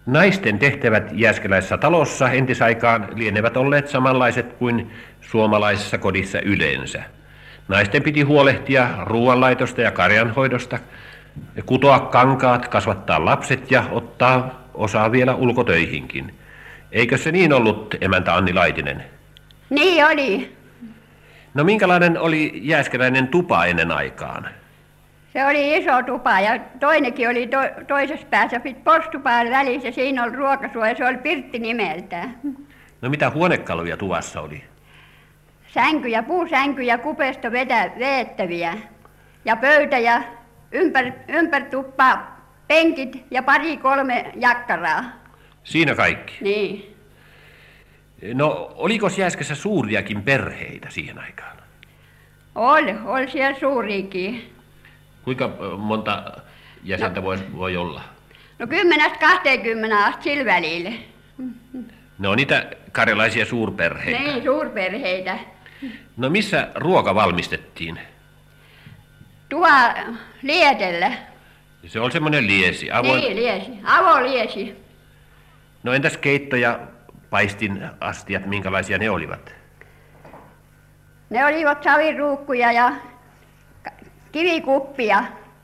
Naisten tehtävät jääskeläisessä talossa entisaikaan lienevät olleet samanlaiset kuin suomalaisessa kodissa yleensä. Naisten piti huolehtia ruoanlaitosta ja karjanhoidosta, kutoa kankaat, kasvattaa lapset ja ottaa osaa vielä ulkotöihinkin. Eikö se niin ollut, emäntä Anni Laitinen? Niin oli. No minkälainen oli jääskeläinen tupa ennen aikaan? Se oli iso tupa ja toinenkin oli toisessa päässä. Sitten postupa oli välissä, siinä oli ruokasuoja, se oli pirtti nimeltään. No mitä huonekaluja tuvassa oli? Sänkyjä, puusänkyjä, kupesto veettäviä ja pöytä ja ympäri tuppaa penkit ja 2-3 jakkaraa. Siinä kaikki? Niin. No oliko Jääskässä suuriakin perheitä siihen aikaan? Oli siellä suuriakin. Kuinka monta jäsentä voi olla? No 10-20 asti sillä välillä. Ne on niitä karjalaisia suurperheitä. Niin, suurperheitä. No missä ruoka valmistettiin? Tuo lietellä. Se oli semmoinen liesi, avoin. Niin, liesi. Avoliesi. No entäs keitto ja paistinastiat, minkälaisia ne olivat? Ne olivat saviruukkuja ja kivikuppia.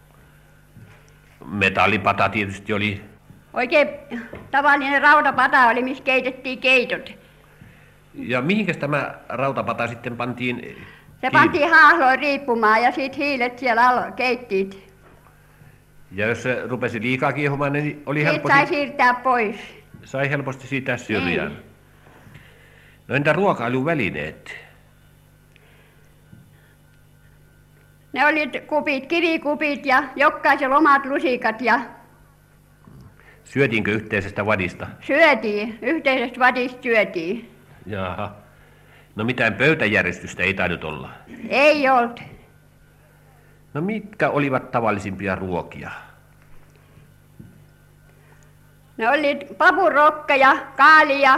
Metallipata tietysti oli. Oikein tavallinen rautapata oli, missä keitettiin keitot. Ja mihinkäs tämä rautapata sitten pantiin? Se pantiin haahloon riippumaan ja sitten hiilet siellä keittiit. Ja jos se rupesi liikaa kiehumaan, niin oli helposti... sai siirtää pois. Sai helposti siitä syrjään. Niin. No entä ruokailuvälineet? Ne oli kupit, kivikupit ja jokaisella omat lusikat ja... Syötiinkö yhteisestä vadista? Syötiin, yhteisestä vadista syötiin. Jaha. No mitään pöytäjärjestystä ei tainnut olla? Ei ollut. No mitkä olivat tavallisimpia ruokia? Ne oli papurokka ja kaali ja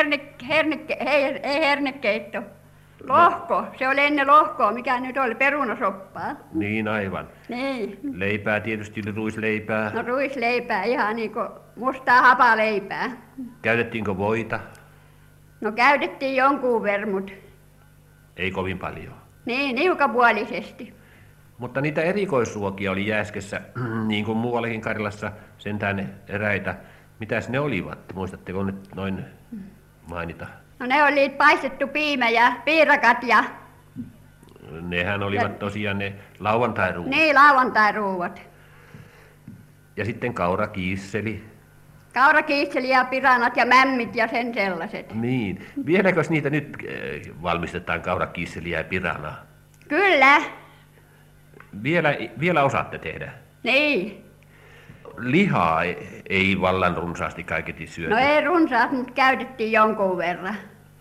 hernekeitto. Lohko, se oli ennen lohkoa, mikä nyt oli perunasoppaa. Niin aivan. Niin. Leipää tietysti oli ruisleipää. No ruisleipää, ihan niin kuin mustaa hapaleipää. Käytettiinkö voita? No käytettiin jonkun verran, mutta... Ei kovin paljon. Niin, niukapuolisesti. Mutta niitä erikoisruokia oli Jääskässä, niin kuin muuallakin Karjalassa, sentään eräitä. Mitäs ne olivat? Muistatteko nyt noin mainita? No ne oli paistettu piimä ja piirakat ja... Nehän olivat tosiaan ne lauantairuuat. Niin, lauantairuuat. Ja sitten kaurakiisseli. Kaurakiisseli ja piranat ja mämmit ja sen sellaiset. Niin. Vieläkös niitä nyt valmistetaan kaurakiisseliä ja piranaa? Kyllä. Vielä osaatte tehdä? Niin. Lihaa ei vallan runsaasti kaiketi syöty. No ei runsaasti, mutta käytettiin jonkun verran.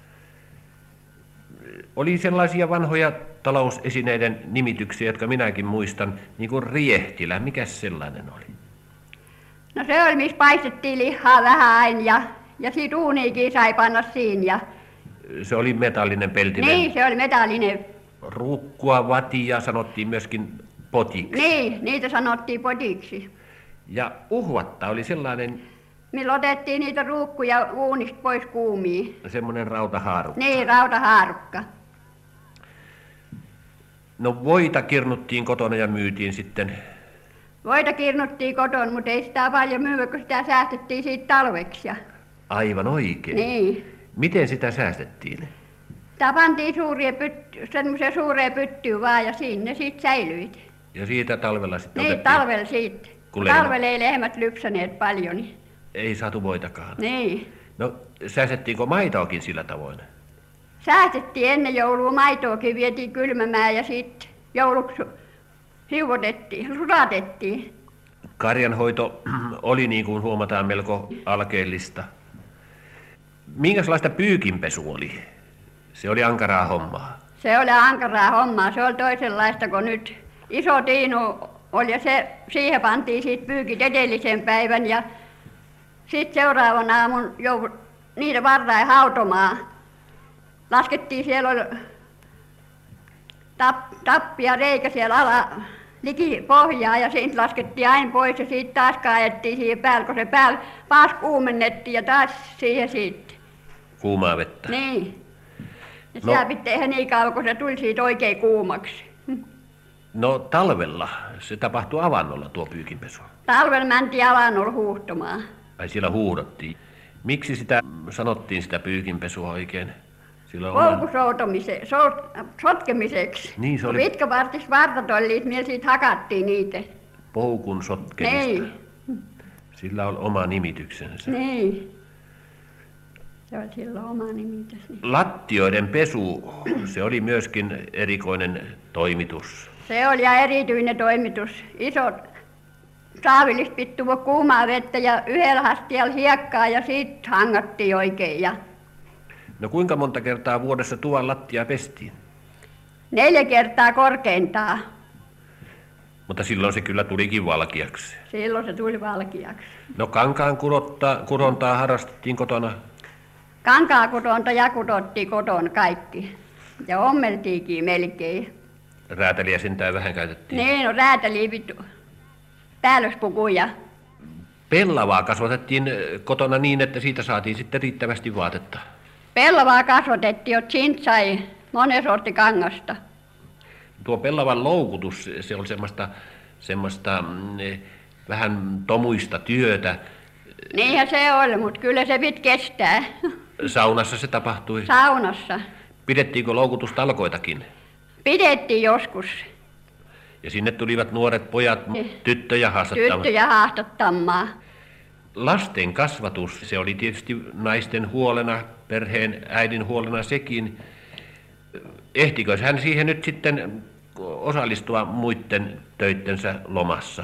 Oli sellaisia vanhoja talousesineiden nimityksiä, jotka minäkin muistan, niin kuin riehtilä. Mikäs sellainen oli? No se oli, missä paistettiin lihaa vähän aina ja siitä uuniikin sai panna siinä. Ja... Se oli metallinen peltinen. Niin, se oli metallinen. Ruukkua, vatia sanottiin myöskin potiksi. Niin, niitä sanottiin potiksi. Ja uhvatta oli sellainen... Millä otettiin niitä ruukkuja uunista pois kuumiin. Semmoinen rautahaarukka. Niin, rautahaarukka. No voita kirnuttiin kotona ja myytiin sitten. Voita kirnuttiin kotona, mutta ei sitä paljon myyä, kun sitä säästettiin siitä talveksi. Ja... Aivan oikein. Niin. Miten sitä säästettiin? Sitä pantiin semmoiseen suureen pyttyyn vaan ja siinä ne sitten säilyivät. Ja siitä talvella sitten niin, otettiin? Talvella siitä. Talvella ei lehmät lypsäneet paljon. Niin... Ei saatu voitakaan. Niin. No säästettiinkö maitoakin sillä tavoin? Säästettiin ennen joulua, maitoakin vietiin kylmämään ja sitten jouluksi hiuvotettiin, sulatettiin. Karjanhoito oli niin kuin huomataan melko alkeellista. Minkälaista pyykinpesu oli? Se oli ankaraa hommaa. Se oli ankaraa hommaa, se oli toisenlaista kuin nyt. Iso tiinu oli ja siihen pantiin siitä pyykit edellisen päivän ja sitten seuraavan aamun niitä varrain hautomaan. Laskettiin, siellä oli tappi ja reikä siellä liki pohjaa ja siitä laskettiin aina pois ja siitä taas kaadettiin siihen päälle, kun se päällä taas kuumennettiin ja taas siihen sitten. Kuumaa vettä. Niin. Ja No. sitä pitää tehdä niin kauan, kun se tuli siitä oikein kuumaksi. No talvella se tapahtui avannolla tuo pyykinpesu. Talvella mentiin avannolla huuhtomaan. Ai siellä huudottiin. Miksi sitä sanottiin sitä pyykinpesua oikein? Sillä Polku sotkemiseksi. Niin se oli. Pitkävartis vartat olivat, millä siitä hakattiin niitä. Poukun sotkemista. Niin, Sillä on oma nimityksensä. niin. Se oli silloin oma nimitys. Niin. Lattioiden pesu, se oli myöskin erikoinen toimitus. Se oli ja erityinen toimitus. Isot saavillista piti tuoda kuumaa vettä ja yhdellä hastialla hiekkaa ja siitä hangattiin oikein. Ja No kuinka monta kertaa vuodessa tuvan lattia pestiin? 4 kertaa korkeintaan. Mutta silloin se kyllä tulikin valkeaksi. Silloin se tuli valkeaksi. No kankaan kudontaa harrastettiin kotona. Kankaakutonta ja kutottiin kotona kaikki. Ja ommeltiinkin melkein. Räätäliä sentään vähän käytettiin. Niin, no räätäliä vittu. Päällyspukuja. Pellavaa kasvatettiin kotona niin, että siitä saatiin sitten riittävästi vaatetta. Pellavaa kasvatettiin, että siitä sai monen sortti kangasta. Tuo pellavan loukutus, se oli semmoista vähän tomuista työtä. Niinhän se oli, mutta kyllä se piti kestää. Saunassa se tapahtui. Saunassa. Pidettiinkö loukutustalkoitakin? Pidettiin joskus Ja sinne tulivat nuoret pojat tyttöjä haastattamaan. tyttöjä haastattamaan. Lasten kasvatus, se oli tietysti naisten huolena, perheen äidin huolena sekin. Ehtikö hän siihen nyt sitten osallistua muiden töittensä lomassa?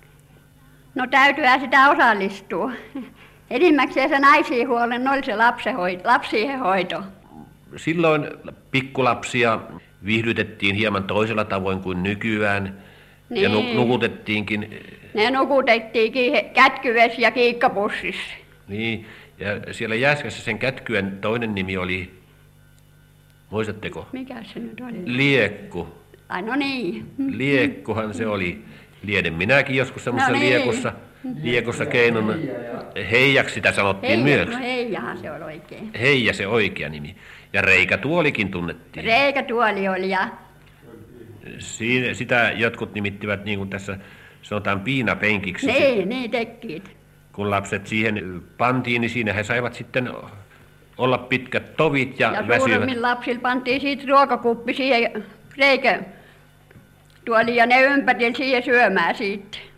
No täytyyhän sitä osallistua. Enimmäkseen se naisiin huolen oli se lapsien hoito. Silloin pikkulapsia viihdytettiin hieman toisella tavoin kuin nykyään. Ja Niin. nukutettiinkin. Ne nukutettiin kätkyvessä ja kiikkapussissa. Niin, ja siellä Jääskässä sen kätkyen toinen nimi oli, muistatteko? Mikä se nyt oli? Liekku. Ai no niin. Liekkuhan se oli. Lieden minäkin joskus semmoisessa No niin. liekossa keinon. Heijaksi sitä sanottiin myös. No heijahan se oli oikein. Heija se oikea nimi. Ja reikätuolikin tunnettiin. Reikätuoli oli ja Sitä jotkut nimittivät niin kuin tässä sanotaan piinapenkiksi. niin tekivät. Kun lapset siihen pantiin, niin siinä he saivat sitten olla pitkät tovit ja Ja väsyvät. suuremmilla lapsilla pantiin siitä ruokakuppi siihen reikätuoliin ja ne ympärillä siihen syömään siitä.